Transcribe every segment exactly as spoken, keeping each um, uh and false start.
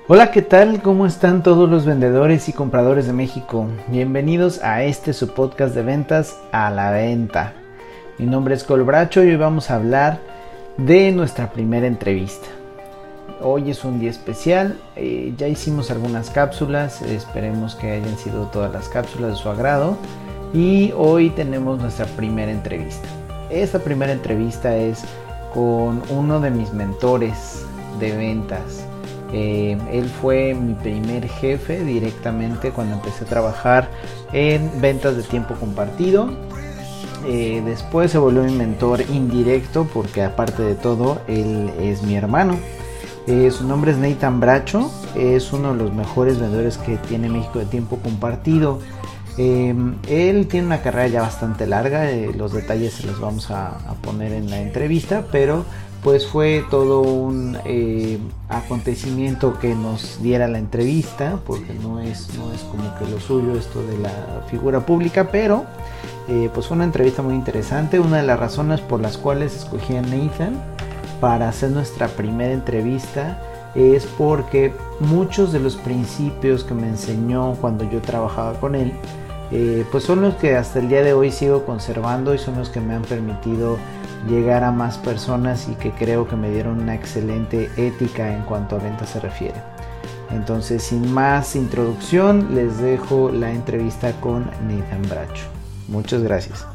Hola, ¿qué tal? ¿Cómo están todos los vendedores y compradores de México? Bienvenidos a este su podcast de ventas a la venta. Mi nombre es Col Bracho y hoy vamos a hablar de nuestra primera entrevista. Hoy es un día especial, eh, ya hicimos algunas cápsulas, esperemos que hayan sido todas las cápsulas de su agrado y hoy tenemos nuestra primera entrevista. Esta primera entrevista es con uno de mis mentores de ventas. Eh, él fue mi primer jefe directamente cuando empecé a trabajar en ventas de tiempo compartido. Eh, después se volvió mi mentor indirecto porque aparte de todo él es mi hermano. Eh, su nombre es Nathan Bracho, es uno de los mejores vendedores que tiene México de tiempo compartido. Eh, él tiene una carrera ya bastante larga, eh, los detalles se los vamos a, a poner en la entrevista, pero pues fue todo un eh, acontecimiento que nos diera la entrevista, porque no es, no es como que lo suyo esto de la figura pública, pero eh, pues fue una entrevista muy interesante. Una de las razones por las cuales escogí a Nathan para hacer nuestra primera entrevista es porque muchos de los principios que me enseñó cuando yo trabajaba con él, eh, pues son los que hasta el día de hoy sigo conservando y son los que me han permitido llegar a más personas y que creo que me dieron una excelente ética en cuanto a ventas se refiere. Entonces, sin más introducción, les dejo la entrevista con Nathan Bracho. Muchas gracias.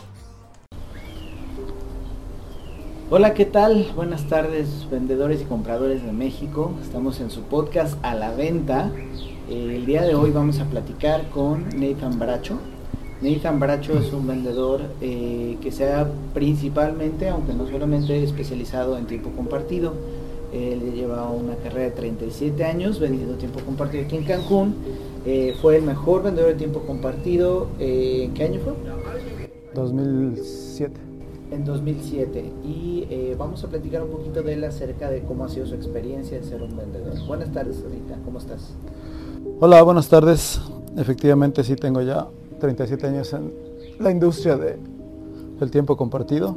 Hola, ¿qué tal? Buenas tardes, vendedores y compradores de México. Estamos en su podcast A la Venta. El día de hoy vamos a platicar con Nathan Bracho. Nathan Bracho es un vendedor eh, que se ha principalmente, aunque no solamente, especializado en tiempo compartido. Él lleva una carrera de treinta y siete años vendiendo tiempo compartido aquí en Cancún. Eh, fue el mejor vendedor de tiempo compartido. Eh, ¿En qué año fue? dos mil siete. En dos mil siete. Y eh, vamos a platicar un poquito de él acerca de cómo ha sido su experiencia de ser un vendedor. Buenas tardes, Nathan. ¿Cómo estás? Hola, buenas tardes. Efectivamente sí tengo ya treinta y siete años en la industria de, del tiempo compartido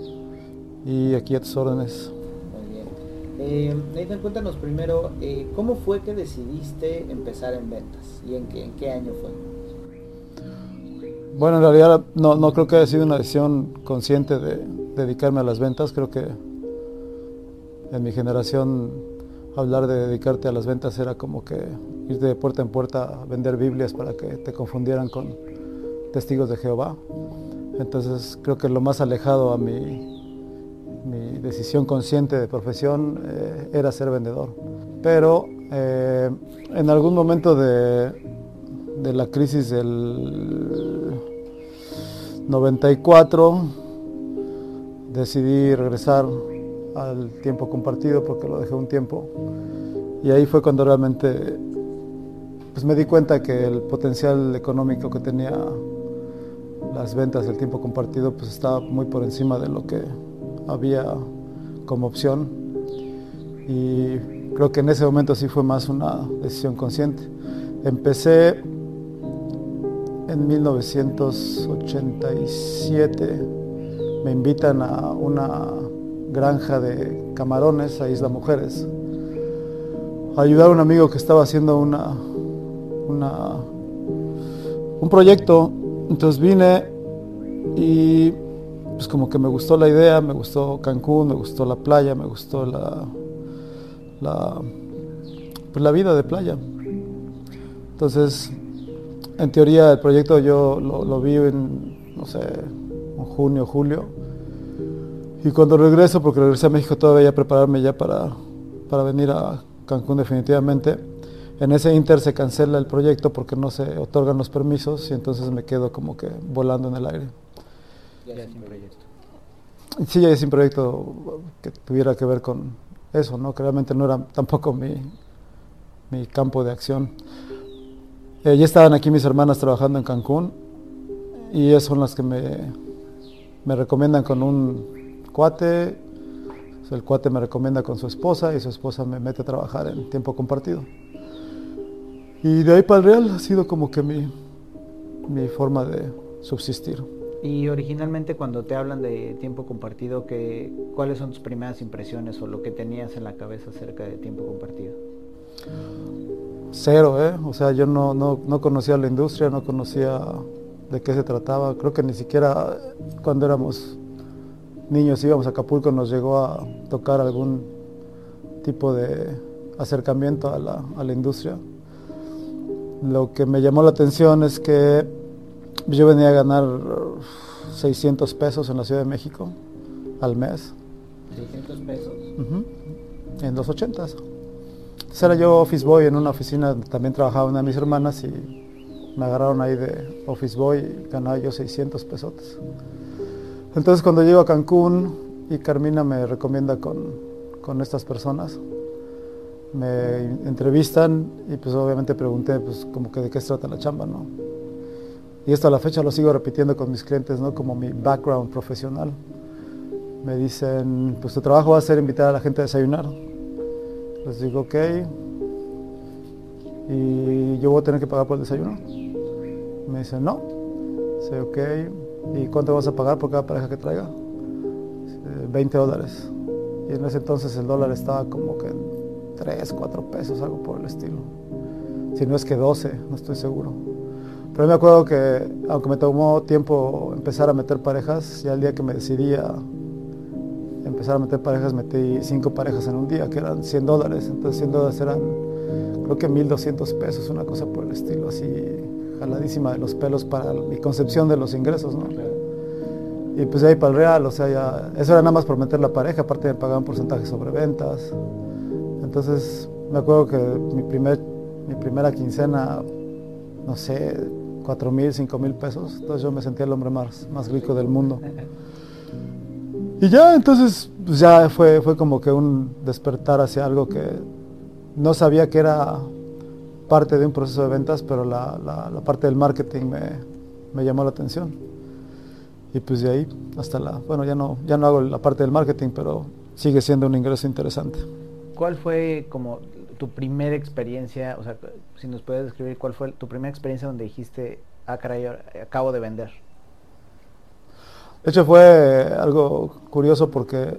y aquí a tus órdenes. Muy bien. Eh, Nathan, cuéntanos primero, eh, ¿cómo fue que decidiste empezar en ventas y en qué, en qué año fue? Bueno, en realidad no, no creo que haya sido una decisión consciente de dedicarme a las ventas. Creo que en mi generación hablar de dedicarte a las ventas era como que ir de puerta en puerta a vender Biblias para que te confundieran con testigos de Jehová. Entonces creo que lo más alejado a mi, mi decisión consciente de profesión eh, era ser vendedor. Pero eh, en algún momento de, de la crisis del noventa y cuatro decidí regresar al tiempo compartido porque lo dejé un tiempo. Y ahí fue cuando realmente pues me di cuenta que el potencial económico que tenía las ventas del tiempo compartido pues estaba muy por encima de lo que había como opción, y creo que en ese momento sí fue más una decisión consciente. Empecé en mil novecientos ochenta y siete, me invitan a una granja de camarones a Isla Mujeres a ayudar a un amigo que estaba haciendo una, una un proyecto. Entonces vine y pues como que me gustó la idea, me gustó Cancún, me gustó la playa, me gustó la la, pues la vida de playa. Entonces, en teoría el proyecto yo lo, lo vi en, no sé, en junio, julio. Y cuando regreso, porque regresé a México todavía a prepararme ya para, para venir a Cancún definitivamente, en ese inter se cancela el proyecto porque no se otorgan los permisos y entonces me quedo como que volando en el aire. Ya sin proyecto. Sí, ya sin proyecto que tuviera que ver con eso, ¿no? Que realmente no era tampoco mi, mi campo de acción. Eh, ya estaban aquí mis hermanas trabajando en Cancún y ellas son las que me, me recomiendan con un cuate. O sea, el cuate me recomienda con su esposa y su esposa me mete a trabajar en tiempo compartido. Y de ahí para el real ha sido como que mi, mi forma de subsistir. Y originalmente cuando te hablan de tiempo compartido, ¿qué, ¿cuáles son tus primeras impresiones o lo que tenías en la cabeza acerca de tiempo compartido? cero, ¿eh? O sea, yo no, no, no conocía la industria, no conocía de qué se trataba. Creo que ni siquiera cuando éramos niños íbamos a Acapulco nos llegó a tocar algún tipo de acercamiento a la, a la industria. Lo que me llamó la atención es que yo venía a ganar seiscientos pesos en la Ciudad de México al mes. ¿seiscientos pesos? Uh-huh. En los ochentas. Entonces era yo office boy en una oficina, también trabajaba una de mis hermanas y me agarraron ahí de office boy y ganaba yo seiscientos pesotes. Entonces cuando llego a Cancún y Carmina me recomienda con, con estas personas, me entrevistan y pues obviamente pregunté pues como que de qué se trata la chamba, ¿no? Y esto a la fecha lo sigo repitiendo con mis clientes, ¿no? Como mi background profesional. Me dicen, pues tu trabajo va a ser invitar a la gente a desayunar. Les digo, ok. ¿Y yo voy a tener que pagar por el desayuno? Me dicen, no. Dice, ok. ¿Y cuánto vas a pagar por cada pareja que traiga? Dice, veinte dólares. Y en ese entonces el dólar estaba como que en tres, cuatro pesos, algo por el estilo. Si no es que doce, no estoy seguro. Pero me acuerdo que, aunque me tomó tiempo empezar a meter parejas, ya el día que me decidí a empezar a meter parejas, metí cinco parejas en un día, que eran cien dólares. Entonces cien dólares eran, creo que mil doscientos pesos, una cosa por el estilo, así jaladísima de los pelos para mi concepción de los ingresos, ¿no? Y pues de ahí para el real, o sea, ya, eso era nada más por meter la pareja, aparte me pagaban porcentajes sobre ventas. Entonces me acuerdo que mi, primer, mi primera quincena, no sé, cuatro mil, cinco mil pesos. Entonces yo me sentía el hombre más, más rico del mundo. Y ya, entonces, pues ya fue, fue como que un despertar hacia algo que no sabía que era parte de un proceso de ventas, pero la, la, la parte del marketing me, me llamó la atención. Y pues de ahí hasta la, bueno, ya no, ya no hago la parte del marketing, pero sigue siendo un ingreso interesante. ¿Cuál fue como tu primera experiencia, o sea, si nos puedes describir cuál fue tu primera experiencia donde dijiste, ah, caray, acabo de vender? De hecho fue algo curioso porque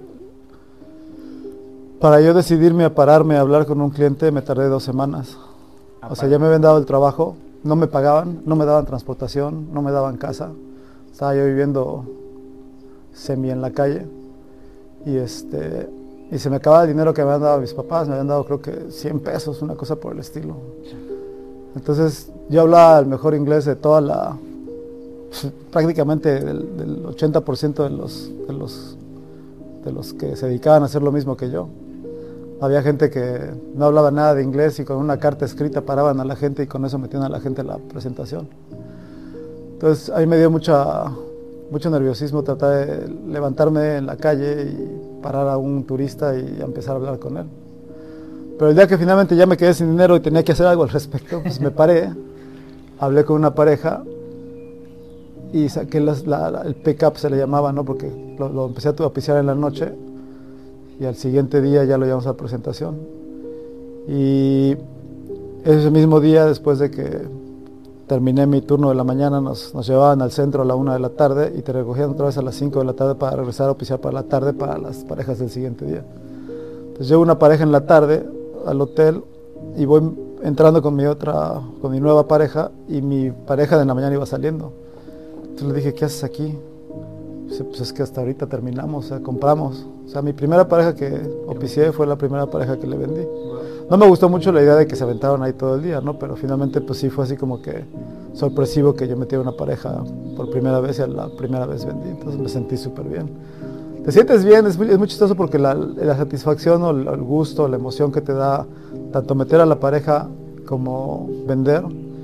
para yo decidirme a pararme a hablar con un cliente me tardé dos semanas. O sea, ya me habían dado el trabajo, no me pagaban, no me daban transportación, no me daban casa. Estaba yo viviendo semi en la calle y este y se me acababa el dinero que me habían dado mis papás, me habían dado creo que cien pesos, una cosa por el estilo. Entonces yo hablaba el mejor inglés de toda la, pues, prácticamente del, del ochenta por ciento de los, de, los, de los que se dedicaban a hacer lo mismo que yo. Había gente que no hablaba nada de inglés y con una carta escrita paraban a la gente y con eso metían a la gente en la presentación. Entonces ahí me dio mucha, mucho nerviosismo tratar de levantarme en la calle y parar a un turista y empezar a hablar con él. Pero el día que finalmente ya me quedé sin dinero y tenía que hacer algo al respecto, pues me paré, hablé con una pareja y saqué las, la, la, el pick-up, se le llamaba, ¿no? Porque lo, lo empecé a auspiciar en la noche y al siguiente día ya lo llevamos a la presentación. Y ese mismo día, después de que terminé mi turno de la mañana, nos, nos llevaban al centro a la una de la tarde y te recogían otra vez a las cinco de la tarde para regresar a auspiciar para la tarde para las parejas del siguiente día. Entonces llevo una pareja en la tarde al hotel y voy entrando con mi otra, con mi nueva pareja y mi pareja de la mañana iba saliendo. Entonces le dije, ¿qué haces aquí? Dice, pues es que hasta ahorita terminamos, o sea, compramos. O sea, mi primera pareja que auspicié fue la primera pareja que le vendí. No me gustó mucho la idea de que se aventaron ahí todo el día, ¿no? Pero finalmente pues sí fue así como que sorpresivo que yo metiera una pareja por primera vez y a la primera vez vendí. Entonces me sentí súper bien. Te sientes bien, es muy, es muy chistoso porque la, la satisfacción o el, el gusto, la emoción que te da tanto meter a la pareja como vender,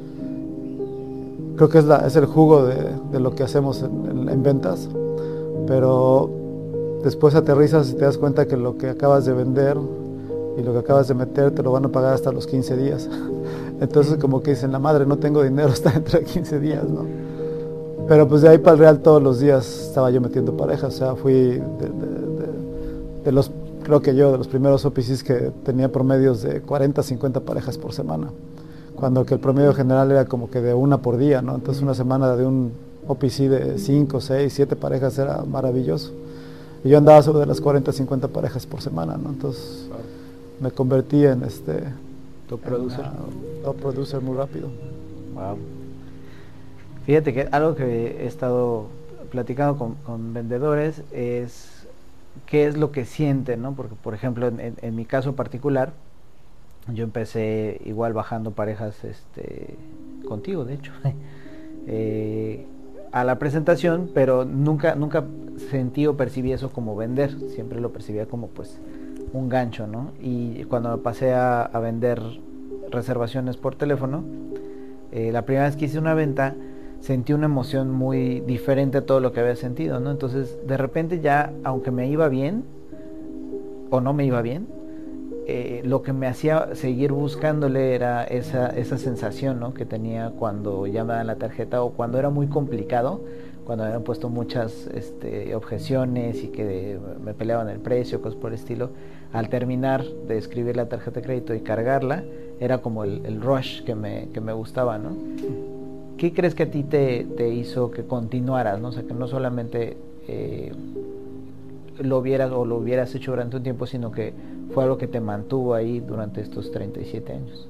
creo que es, la, es el jugo de, de lo que hacemos en, en, en ventas. Pero después aterrizas y te das cuenta que lo que acabas de vender y lo que acabas de meter te lo van a pagar hasta los quince días. Entonces como que dicen, la madre, no tengo dinero hasta dentro de quince días, ¿no? Pero pues de ahí para el real todos los días estaba yo metiendo parejas. O sea, fui de, de, de, de los, creo que yo, de los primeros O P Cs que tenía promedios de cuarenta, cincuenta parejas por semana. Cuando que el promedio general era como que de una por día, ¿no? Entonces una semana de un O P C de cinco, seis, siete parejas era maravilloso. Y yo andaba sobre las cuarenta, cincuenta parejas por semana, ¿no? Entonces me convertí en este Top producer. Top producer muy rápido. Wow. Fíjate que algo que he estado platicando con, con vendedores es qué es lo que sienten, ¿no? Porque, por ejemplo, en, en, en mi caso particular, yo empecé igual bajando parejas, este, contigo, de hecho, eh, a la presentación, pero nunca, nunca sentí o percibí eso como vender, siempre lo percibía como, pues, un gancho, ¿no? Y cuando pasé a, a vender reservaciones por teléfono, eh, la primera vez que hice una venta, sentí una emoción muy diferente a todo lo que había sentido, ¿no? Entonces, de repente ya, aunque me iba bien, o no me iba bien, eh, lo que me hacía seguir buscándole era esa, esa sensación, ¿no? Que tenía cuando ya me daban la tarjeta, o cuando era muy complicado, cuando me habían puesto muchas este, objeciones y que me peleaban el precio, cosas por el estilo. Al terminar de escribir la tarjeta de crédito y cargarla, era como el, el rush que me, que me gustaba, ¿no? ¿Qué crees que a ti te, te hizo que continuaras, ¿no? O sea, que no solamente eh, lo vieras o lo hubieras hecho durante un tiempo, sino que fue algo que te mantuvo ahí durante estos treinta y siete años?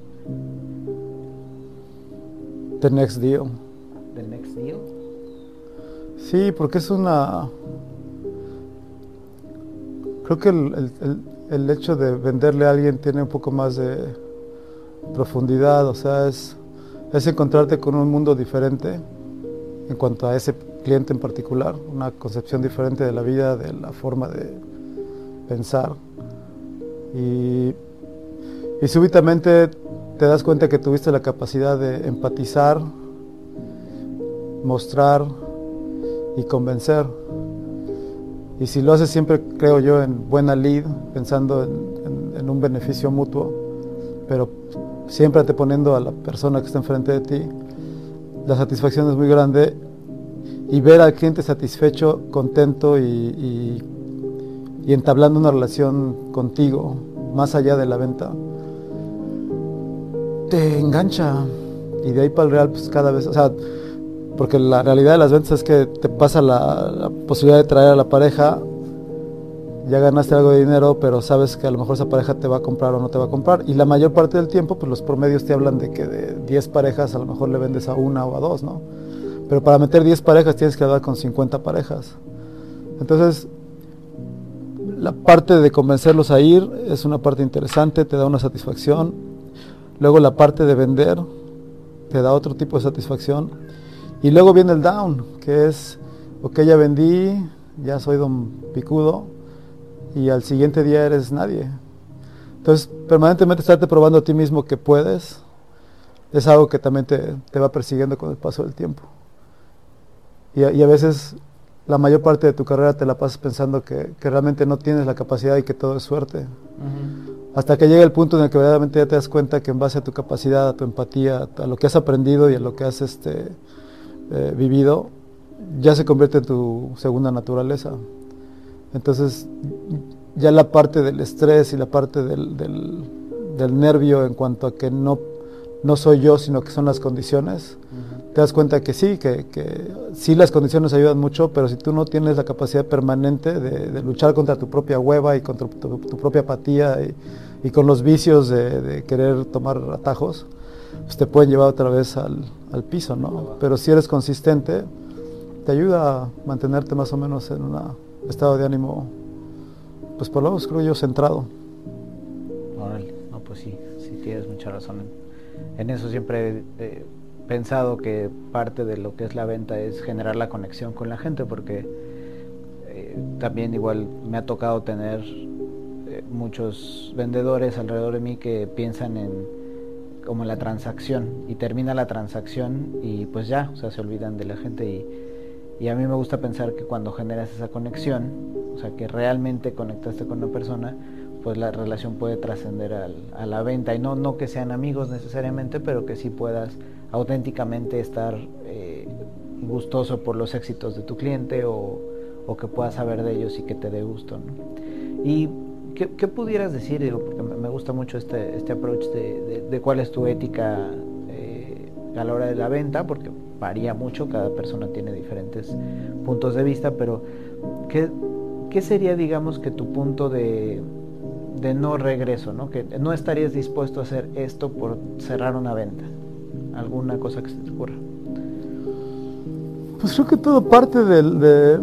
The next deal. The next deal. Sí, porque es una... Creo que el, el, el hecho de venderle a alguien tiene un poco más de profundidad, o sea, es, es encontrarte con un mundo diferente en cuanto a ese cliente en particular, una concepción diferente de la vida, de la forma de pensar. Y, y súbitamente te das cuenta que tuviste la capacidad de empatizar, mostrar y convencer. Y si lo haces siempre, creo yo, en buena lead, pensando en, en, en un beneficio mutuo, pero siempre te poniendo a la persona que está enfrente de ti, la satisfacción es muy grande, y ver al cliente satisfecho, contento y, y, y entablando una relación contigo, más allá de la venta, te engancha. Y de ahí para el real, pues cada vez, o sea, porque la realidad de las ventas es que te pasa la, la posibilidad de traer a la pareja, ya ganaste algo de dinero, pero sabes que a lo mejor esa pareja te va a comprar o no te va a comprar, y la mayor parte del tiempo, pues los promedios te hablan de que de diez parejas a lo mejor le vendes a una o a dos, ¿no? Pero para meter diez parejas tienes que hablar con cincuenta parejas. Entonces, la parte de convencerlos a ir es una parte interesante, te da una satisfacción. Luego la parte de vender te da otro tipo de satisfacción. Y luego viene el down, que es, ok, ya vendí, ya soy don picudo, y al siguiente día eres nadie. Entonces, permanentemente estarte probando a ti mismo que puedes, es algo que también te, te va persiguiendo con el paso del tiempo. Y a, y a veces la mayor parte de tu carrera te la pasas pensando que, que realmente no tienes la capacidad y que todo es suerte. Uh-huh. Hasta que llega el punto en el que verdaderamente ya te das cuenta que en base a tu capacidad, a tu empatía, a lo que has aprendido y a lo que has este, eh, vivido, ya se convierte en tu segunda naturaleza. Entonces, ya la parte del estrés y la parte del, del, del nervio en cuanto a que no, no soy yo, sino que son las condiciones, uh-huh. Te das cuenta que sí, que, que sí las condiciones ayudan mucho, pero si tú no tienes la capacidad permanente de, de luchar contra tu propia hueva y contra tu, tu propia apatía y, y con los vicios de, de querer tomar atajos, pues te pueden llevar otra vez al, al piso, ¿no? Pero si eres consistente, te ayuda a mantenerte más o menos en un estado de ánimo, pues por lo menos creo yo, centrado. Órale, no, pues sí, sí tienes mucha razón. En, en eso siempre he pensado que parte de lo que es la venta es generar la conexión con la gente, porque eh, también igual me ha tocado tener eh, muchos vendedores alrededor de mí que piensan en como en la transacción, y termina la transacción y pues ya, o sea, se olvidan de la gente. y Y a mí me gusta pensar que cuando generas esa conexión, o sea, que realmente conectaste con una persona, pues la relación puede trascender al, a la venta. Y no, no que sean amigos necesariamente, pero que sí puedas auténticamente estar eh, gustoso por los éxitos de tu cliente, o, o que puedas saber de ellos y que te dé gusto, ¿no? Y ¿qué, qué pudieras decir? Digo, porque me gusta mucho este, este approach de, de, de cuál es tu ética eh, a la hora de la venta, porque varía mucho, cada persona tiene diferentes puntos de vista, pero ¿qué, qué sería, digamos, que tu punto de, de no regreso, ¿no? Que no estarías dispuesto a hacer esto por cerrar una venta. ¿Alguna cosa que se te ocurra? Pues creo que todo parte del, de,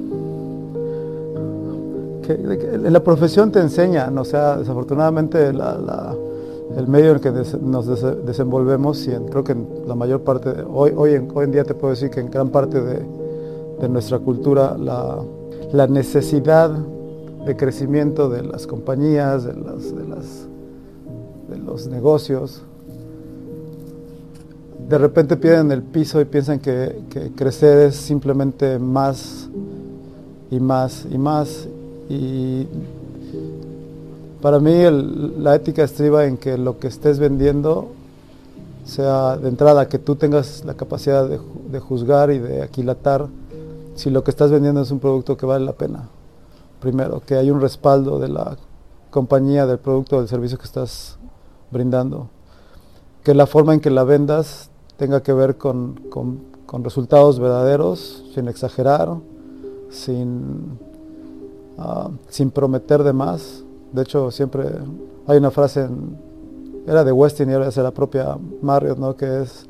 que, de que en la profesión te enseñan, o sea, desafortunadamente la, la, el medio en el que des, nos des, desenvolvemos, y en, creo que en la mayor parte, de, hoy, hoy, en, hoy en día te puedo decir que en gran parte de, de nuestra cultura, la, la necesidad de crecimiento de las compañías, de, las, de, las, de los negocios, de repente pierden el piso y piensan que, que crecer es simplemente más y más y más. Y para mí el, la ética estriba en que lo que estés vendiendo sea de entrada, que tú tengas la capacidad de, de juzgar y de aquilatar si lo que estás vendiendo es un producto que vale la pena. Primero, que hay un respaldo de la compañía, del producto o del servicio que estás brindando. Que la forma en que la vendas tenga que ver con, con, con resultados verdaderos, sin exagerar, sin, uh, sin prometer de más. De hecho, siempre hay una frase, en, era de Westin y ahora es de la propia Marriott, ¿no? Que es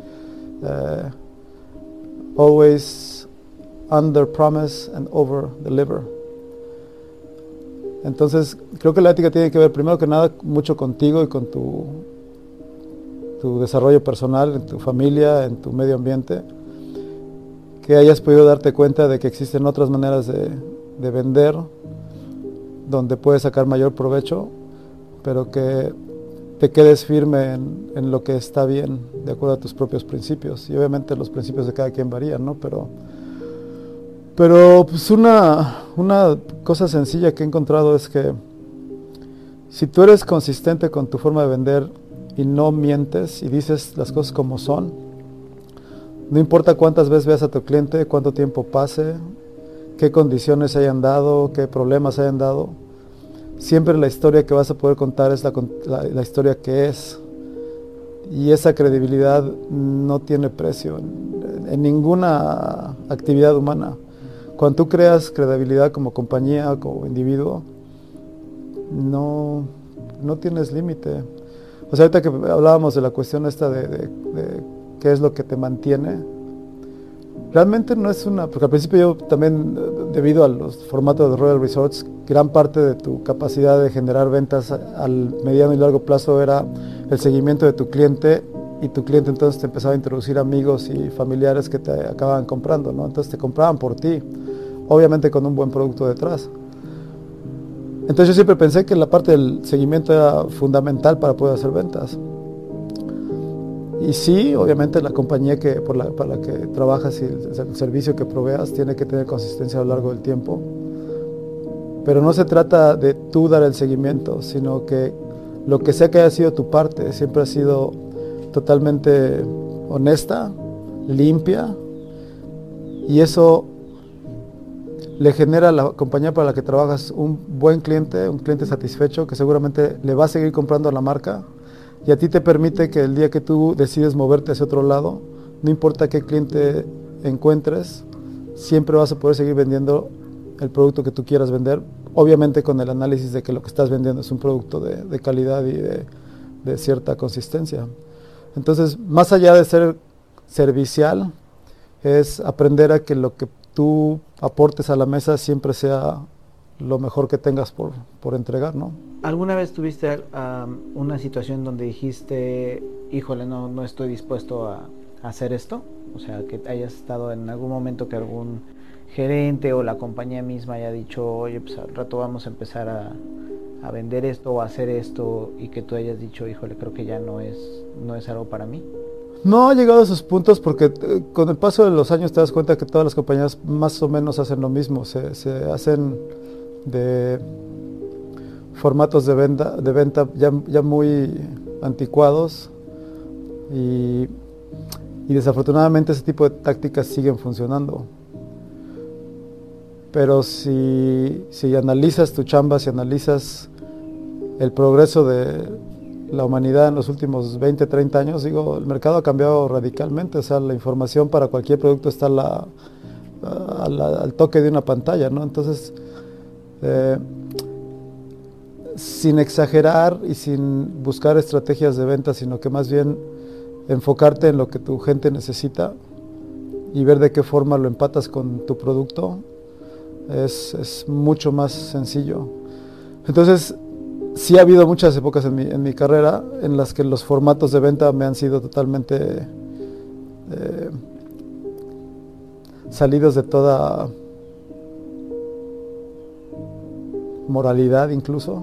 uh, always under promise and over deliver. Entonces, creo que la ética tiene que ver primero que nada mucho contigo y con tu tu desarrollo personal, en tu familia, en tu medio ambiente, que hayas podido darte cuenta de que existen otras maneras de, de vender, donde puedes sacar mayor provecho, pero que te quedes firme en, en lo que está bien, de acuerdo a tus propios principios. Y obviamente los principios de cada quien varían, ¿no? Pero, pero pues una, una cosa sencilla que he encontrado es que si tú eres consistente con tu forma de vender, y no mientes y dices las cosas como son, no importa cuántas veces veas a tu cliente, cuánto tiempo pase, qué condiciones hayan dado, qué problemas hayan dado, siempre la historia que vas a poder contar es la, la, la historia que es, y esa credibilidad no tiene precio en, en ninguna actividad humana. Cuando tú creas credibilidad como compañía, como individuo, no, no tienes límite. O sea, ahorita que hablábamos de la cuestión esta de, de, de qué es lo que te mantiene, realmente no es una, porque al principio yo también, debido a los formatos de Royal Resorts, gran parte de tu capacidad de generar ventas al mediano y largo plazo era el seguimiento de tu cliente, y tu cliente entonces te empezaba a introducir amigos y familiares que te acababan comprando, ¿no? Entonces te compraban por ti, obviamente con un buen producto detrás. Entonces yo siempre pensé que la parte del seguimiento era fundamental para poder hacer ventas. Y sí, obviamente la compañía que, por la, para la que trabajas y el, el servicio que proveas tiene que tener consistencia a lo largo del tiempo. Pero no se trata de tú dar el seguimiento, sino que lo que sea que haya sido tu parte siempre ha sido totalmente honesta, limpia, y eso le genera a la compañía para la que trabajas un buen cliente, un cliente satisfecho, que seguramente le va a seguir comprando a la marca, y a ti te permite que el día que tú decides moverte hacia otro lado, no importa qué cliente encuentres, siempre vas a poder seguir vendiendo el producto que tú quieras vender, obviamente con el análisis de que lo que estás vendiendo es un producto de, de calidad y de, de cierta consistencia. Entonces, más allá de ser servicial, es aprender a que lo que tú aportes a la mesa siempre sea lo mejor que tengas por, por entregar, ¿no? ¿Alguna vez tuviste um, una situación donde dijiste, híjole, no, no estoy dispuesto a, a hacer esto? O sea, que hayas estado en algún momento que algún gerente o la compañía misma haya dicho, oye, pues al rato vamos a empezar a, a vender esto o a hacer esto, y que tú hayas dicho, híjole, creo que ya no es, no es algo para mí. No ha llegado a esos puntos porque eh, con el paso de los años te das cuenta que todas las compañías más o menos hacen lo mismo, se, se hacen de formatos de venta, de venta ya, ya muy anticuados, y, y desafortunadamente ese tipo de tácticas siguen funcionando. Pero si, si analizas tu chamba, si analizas el progreso de la humanidad en los últimos veinte, treinta años, digo, el mercado ha cambiado radicalmente. O sea, la información para cualquier producto está a la, a la, al toque de una pantalla, ¿no? Entonces, eh, sin exagerar y sin buscar estrategias de venta, sino que más bien enfocarte en lo que tu gente necesita y ver de qué forma lo empatas con tu producto, es, es mucho más sencillo. Entonces, sí ha habido muchas épocas en mi, en mi carrera en las que los formatos de venta me han sido totalmente eh, salidos de toda moralidad incluso,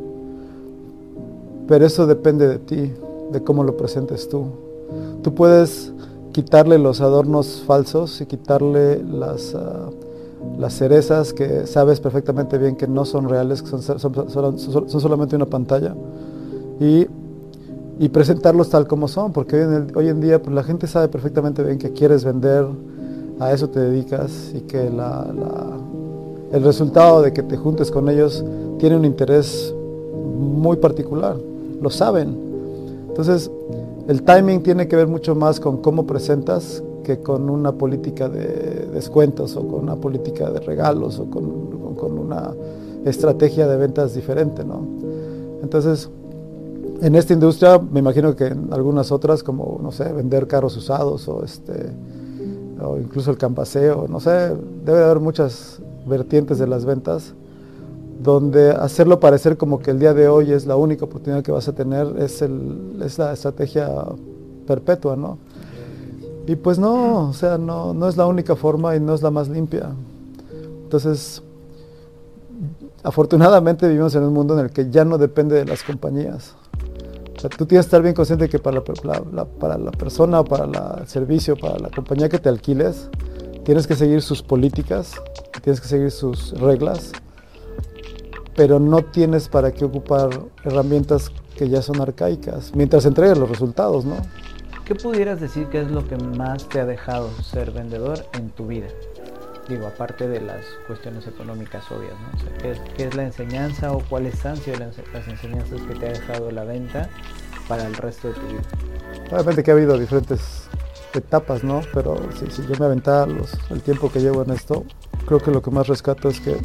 pero eso depende de ti, de cómo lo presentes tú. Tú puedes quitarle los adornos falsos y quitarle las, uh, las cerezas que sabes perfectamente bien que no son reales, que son, son, son, son solamente una pantalla, y, y presentarlos tal como son, porque hoy en, el, hoy en día pues, la gente sabe perfectamente bien que quieres vender, a eso te dedicas, y que la, la, el resultado de que te juntes con ellos tiene un interés muy particular, lo saben. Entonces, el timing tiene que ver mucho más con cómo presentas que con una política de descuentos o con una política de regalos o con, con una estrategia de ventas diferente, ¿no? Entonces, en esta industria, me imagino que en algunas otras, como, no sé, vender carros usados o, este, o incluso el canvaseo, no sé, debe de haber muchas vertientes de las ventas donde hacerlo parecer como que el día de hoy es la única oportunidad que vas a tener, es, el, es la estrategia perpetua, ¿no? Y pues no, o sea, no, no es la única forma y no es la más limpia. Entonces, afortunadamente vivimos en un mundo en el que ya no depende de las compañías. O sea, tú tienes que estar bien consciente que para la, la, la, para la persona, para la, el servicio, para la compañía que te alquiles, tienes que seguir sus políticas, tienes que seguir sus reglas, pero no tienes para qué ocupar herramientas que ya son arcaicas, mientras entregues los resultados, ¿no? ¿Qué pudieras decir que es lo que más te ha dejado ser vendedor en tu vida? Digo, aparte de las cuestiones económicas obvias, ¿no? O sea, ¿qué es, qué es la enseñanza o cuáles han sido las, las enseñanzas que te ha dejado la venta para el resto de tu vida? Obviamente que ha habido diferentes etapas, ¿no? Pero si, si yo me aventara los, el tiempo que llevo en esto, creo que lo que más rescato es que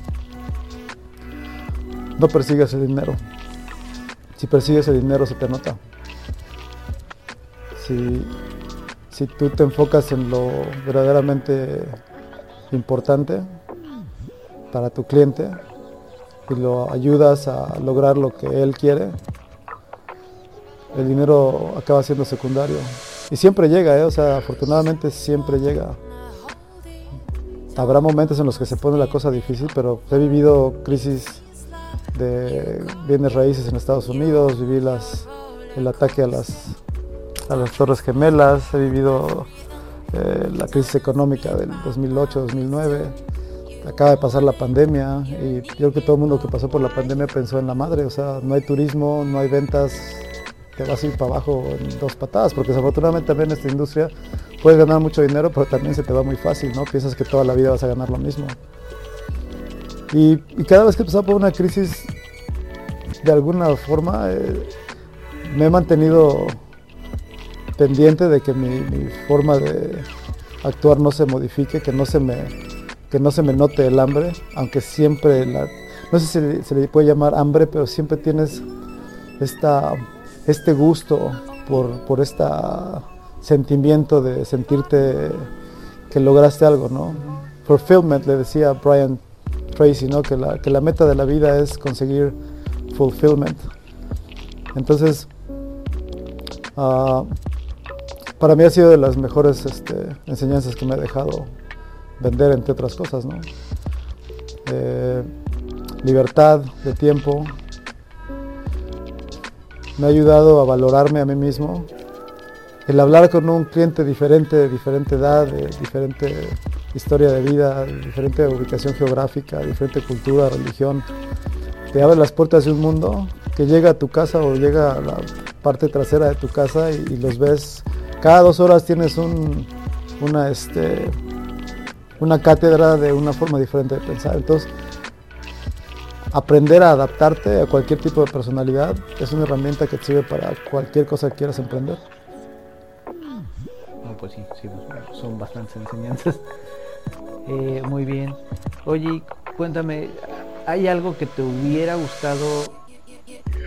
no persigues el dinero. Si persigues el dinero se te nota. Si, si tú te enfocas en lo verdaderamente importante para tu cliente y lo ayudas a lograr lo que él quiere, el dinero acaba siendo secundario. Y siempre llega, ¿eh? O sea, afortunadamente siempre llega. Habrá momentos en los que se pone la cosa difícil, pero he vivido crisis de bienes raíces en Estados Unidos, viví las, el ataque a las, a las Torres Gemelas, he vivido eh, la crisis económica del dos mil ocho dos mil nueve, acaba de pasar la pandemia y yo creo que todo el mundo que pasó por la pandemia pensó en la madre, o sea, no hay turismo, no hay ventas, te vas a ir para abajo en dos patadas, porque desafortunadamente también en esta industria puedes ganar mucho dinero, pero también se te va muy fácil, ¿no? Piensas que toda la vida vas a ganar lo mismo. Y, y cada vez que he pasado por una crisis, de alguna forma, eh, me he mantenido pendiente de que mi, mi forma de actuar no se modifique, que no se me, que no se me note el hambre, aunque siempre, la, no sé si se le puede llamar hambre, pero siempre tienes esta, este gusto por, por este sentimiento de sentirte que lograste algo, ¿no? Fulfillment, le decía Brian Tracy, ¿no? Que la, que la meta de la vida es conseguir fulfillment. Entonces, uh, para mí ha sido de las mejores este, enseñanzas que me ha dejado vender, entre otras cosas, ¿no? Eh, libertad de tiempo. Me ha ayudado a valorarme a mí mismo. El hablar con un cliente diferente, de diferente edad, de diferente historia de vida, diferente ubicación geográfica, diferente cultura, religión, te abre las puertas de un mundo que llega a tu casa o llega a la parte trasera de tu casa y, y los ves. Cada dos horas tienes un, una, este, una cátedra de una forma diferente de pensar. Entonces, aprender a adaptarte a cualquier tipo de personalidad es una herramienta que te sirve para cualquier cosa que quieras emprender. No, pues sí, sí, son bastantes enseñanzas. Eh, muy bien. Oye, cuéntame, ¿hay algo que te hubiera gustado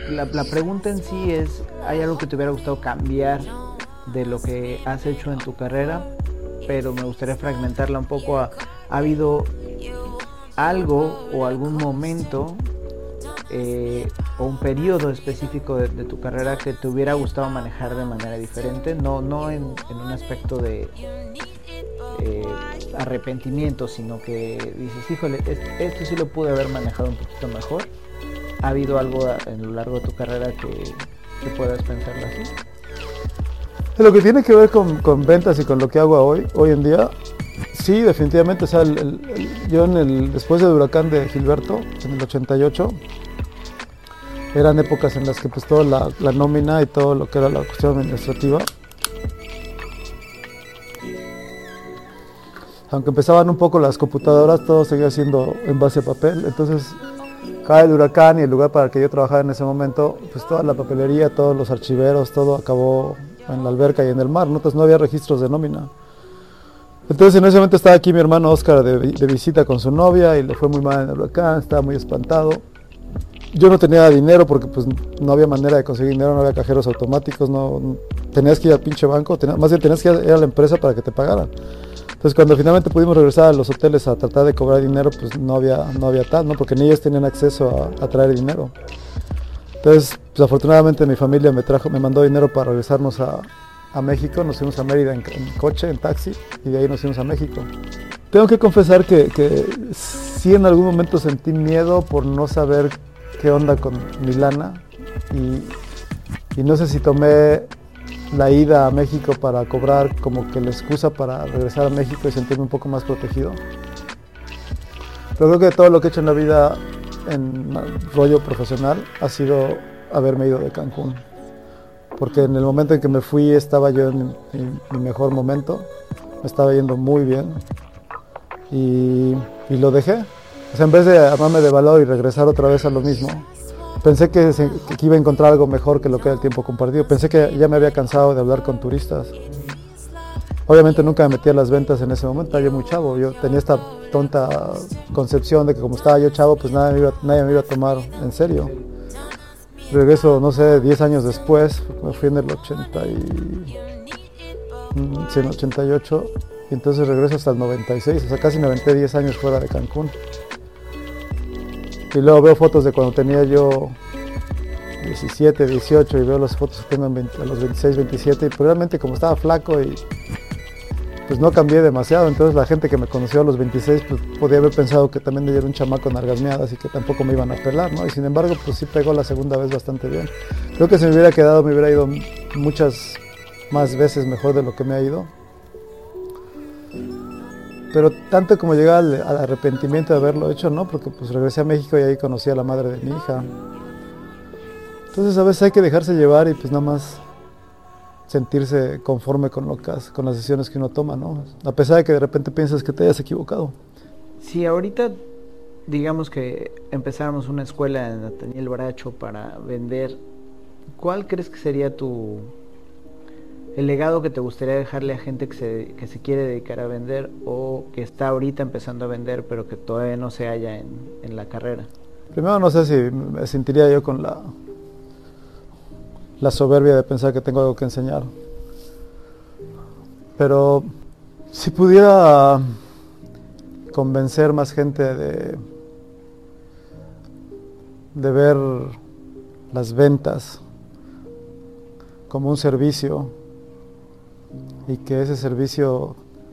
la, la pregunta en sí es, ¿hay algo que te hubiera gustado cambiar de lo que has hecho en tu carrera? Pero me gustaría fragmentarla un poco a, ¿ha habido algo o algún momento eh, o un periodo específico de, de tu carrera que te hubiera gustado manejar de manera diferente? No, no en, en un aspecto de eh, arrepentimiento, sino que dices, híjole, esto sí lo pude haber manejado un poquito mejor. ¿Ha habido algo en lo largo de tu carrera que, que puedas pensarlo así? Lo que tiene que ver con, con ventas y con lo que hago hoy, hoy en día, sí, definitivamente. O sea, el, el, el, yo en el, después del huracán de Gilberto, en el ochenta y ocho, eran épocas en las que pues toda la, la nómina y todo lo que era la cuestión administrativa, aunque empezaban un poco las computadoras, todo seguía siendo en base a papel. Entonces cae el huracán y el lugar para el que yo trabajaba en ese momento, pues toda la papelería, todos los archiveros, todo acabó en la alberca y en el mar, ¿no? Entonces no había registros de nómina. Entonces en ese momento estaba aquí mi hermano Oscar de, de visita con su novia y le fue muy mal en el huracán, estaba muy espantado. Yo no tenía dinero porque pues no había manera de conseguir dinero, no había cajeros automáticos, no, no tenías que ir al pinche banco, tenías, más bien tenías que ir a la empresa para que te pagaran. Entonces cuando finalmente pudimos regresar a los hoteles a tratar de cobrar dinero, pues no había, no había tal, ¿no? Porque ni ellos tenían acceso a, a traer dinero. Entonces, pues afortunadamente mi familia me trajo, me mandó dinero para regresarnos a, a México. Nos fuimos a Mérida en, en coche, en taxi, y de ahí nos fuimos a México. Tengo que confesar que, que sí en algún momento sentí miedo por no saber qué onda con mi lana, y, y no sé si tomé la ida a México para cobrar como que la excusa para regresar a México y sentirme un poco más protegido. Pero creo que todo lo que he hecho en la vida en rollo profesional ha sido haberme ido de Cancún, porque en el momento en que me fui estaba yo en mi, mi mejor momento, me estaba yendo muy bien y, y lo dejé. O sea, en vez de armarme de valor y regresar otra vez a lo mismo, pensé que, se, que iba a encontrar algo mejor que lo que era el tiempo compartido. Pensé que ya me había cansado de hablar con turistas. Obviamente nunca me metí a las ventas en ese momento, estaba yo muy chavo. Yo tenía esta tonta concepción de que como estaba yo chavo, pues nadie me iba, nadie me iba a tomar en serio. Regreso, no sé, diez años después, me fui en el ochenta y, sí, en el ochenta y ocho, y entonces regreso hasta el noventa y seis, o sea, casi me aventé diez años fuera de Cancún. Y luego veo fotos de cuando tenía yo diecisiete, dieciocho, y veo las fotos que tengo en veinte, a los veintiséis, veintisiete, y pues realmente como estaba flaco y pues no cambié demasiado. Entonces la gente que me conoció a los veintiséis pues podía haber pensado que también yo era un chamaco nalgasmeadas y que tampoco me iban a pelar, ¿no? Y sin embargo pues sí pegó la segunda vez bastante bien. Creo que si me hubiera quedado me hubiera ido muchas más veces mejor de lo que me ha ido. Pero tanto como llegar al, al arrepentimiento de haberlo hecho, ¿no? Porque pues regresé a México y ahí conocí a la madre de mi hija. Entonces a veces hay que dejarse llevar y pues nada más sentirse conforme con, lo que, con las decisiones que uno toma, ¿no? A pesar de que de repente piensas que te hayas equivocado. Si ahorita, digamos que empezáramos una escuela en Nathaniel Bracho para vender, ¿cuál crees que sería tu el legado que te gustaría dejarle a gente que se, que se quiere dedicar a vender o que está ahorita empezando a vender pero que todavía no se halla en, en la carrera? Primero no sé si me sentiría yo con la la soberbia de pensar que tengo algo que enseñar, pero si pudiera convencer más gente de de ver las ventas como un servicio y que ese servicio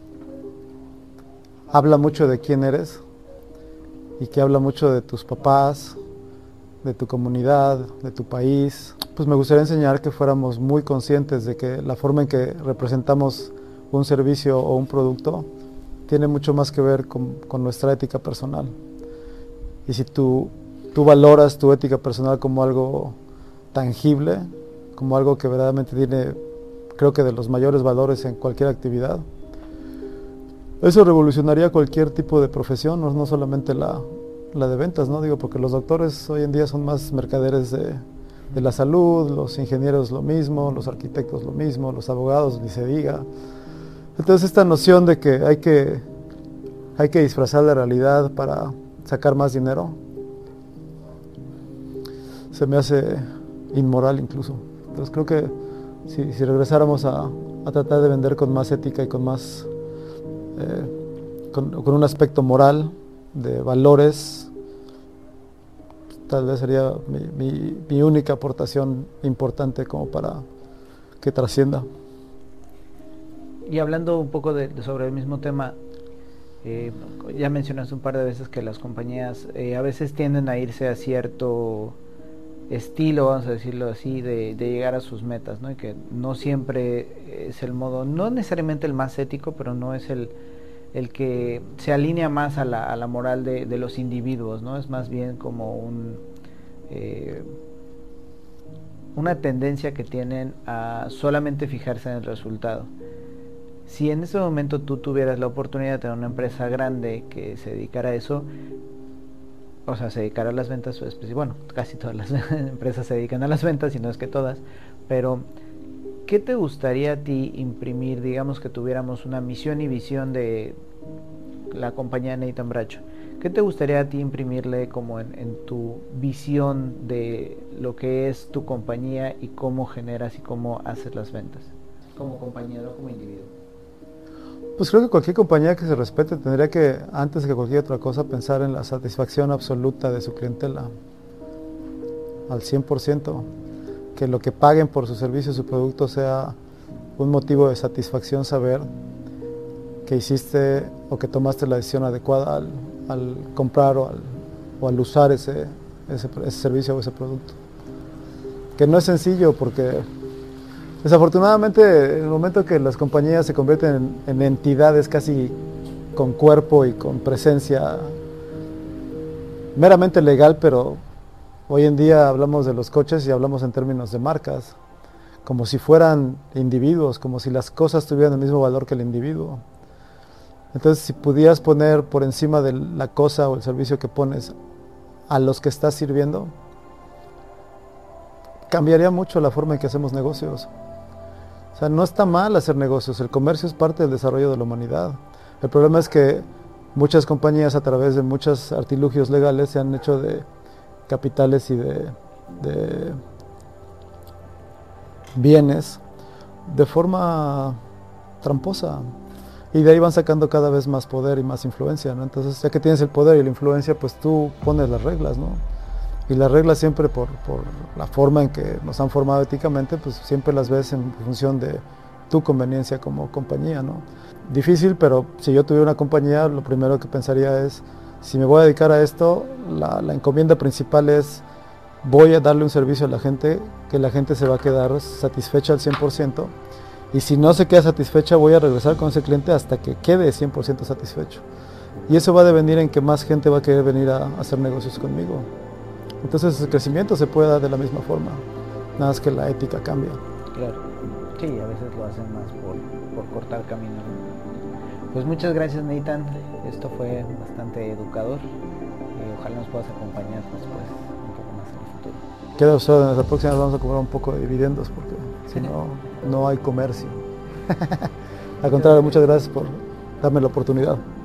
habla mucho de quién eres y que habla mucho de tus papás, de tu comunidad, de tu país, pues me gustaría enseñar que fuéramos muy conscientes de que la forma en que representamos un servicio o un producto tiene mucho más que ver con, con nuestra ética personal. Y si tú, tú valoras tu ética personal como algo tangible, como algo que verdaderamente tiene, creo que de los mayores valores en cualquier actividad, eso revolucionaría cualquier tipo de profesión, no, no solamente la, la de ventas, ¿no? Digo, porque los doctores hoy en día son más mercaderes de, de la salud, los ingenieros lo mismo, los arquitectos lo mismo, los abogados ni se diga. Entonces esta noción de que hay que, hay que disfrazar la realidad para sacar más dinero, se me hace inmoral incluso. Entonces creo que si, si regresáramos a, a tratar de vender con más ética y con más eh, con, con un aspecto moral, de valores, tal vez sería mi, mi, mi única aportación importante como para que trascienda. Y hablando un poco de, de sobre el mismo tema, eh, ya mencionaste un par de veces que las compañías eh, a veces tienden a irse a cierto estilo, vamos a decirlo así, de, de llegar a sus metas, ¿no? Y que no siempre es el modo, no necesariamente el más ético, pero no es el, el que se alinea más a la, a la moral de, de los individuos, ¿no? Es más bien como un eh, una tendencia que tienen a solamente fijarse en el resultado. Si en ese momento tú tuvieras la oportunidad de tener una empresa grande que se dedicara a eso, o sea, se dedicara a las ventas, pues, bueno, casi todas las empresas se dedican a las ventas, y no es que todas, pero ¿qué te gustaría a ti imprimir? Digamos que tuviéramos una misión y visión de la compañía Nathan Bracho. ¿Qué te gustaría a ti imprimirle como en, en tu visión de lo que es tu compañía y cómo generas y cómo haces las ventas? Como compañía, no como individuo. Pues creo que cualquier compañía que se respete tendría que, antes que cualquier otra cosa, pensar en la satisfacción absoluta de su clientela, al cien por ciento, que lo que paguen por su servicio o su producto sea un motivo de satisfacción, saber que hiciste o que tomaste la decisión adecuada al, al comprar o al, o al usar ese, ese, ese servicio o ese producto. Que no es sencillo, porque desafortunadamente en el momento que las compañías se convierten en, en entidades casi con cuerpo y con presencia meramente legal, pero hoy en día hablamos de los coches y hablamos en términos de marcas, como si fueran individuos, como si las cosas tuvieran el mismo valor que el individuo. Entonces, si pudieras poner por encima de la cosa o el servicio que pones a los que estás sirviendo, cambiaría mucho la forma en que hacemos negocios. O sea, no está mal hacer negocios, el comercio es parte del desarrollo de la humanidad. El problema es que muchas compañías, a través de muchos artilugios legales, se han hecho de capitales y de, de bienes de forma tramposa, y de ahí van sacando cada vez más poder y más influencia, ¿no? Entonces, ya que tienes el poder y la influencia, pues tú pones las reglas, ¿no? Y las reglas siempre, por, por la forma en que nos han formado éticamente, pues siempre las ves en función de tu conveniencia como compañía, ¿no? Difícil, pero si yo tuviera una compañía, lo primero que pensaría es, si me voy a dedicar a esto, la, la encomienda principal es, voy a darle un servicio a la gente, que la gente se va a quedar satisfecha al cien por ciento, y si no se queda satisfecha, voy a regresar con ese cliente hasta que quede cien por ciento satisfecho. Y eso va a devenir en que más gente va a querer venir a, a hacer negocios conmigo. Entonces el crecimiento se puede dar de la misma forma, nada más que la ética cambia. Claro, sí, a veces lo hacen más por, por cortar camino. Pues muchas gracias, Nathan, esto fue bastante educador, y ojalá nos puedas acompañar después un poco más en el futuro. Queda usado, en nuestra próxima vamos a cobrar un poco de dividendos, porque si no, no hay comercio. Al contrario, muchas gracias por darme la oportunidad.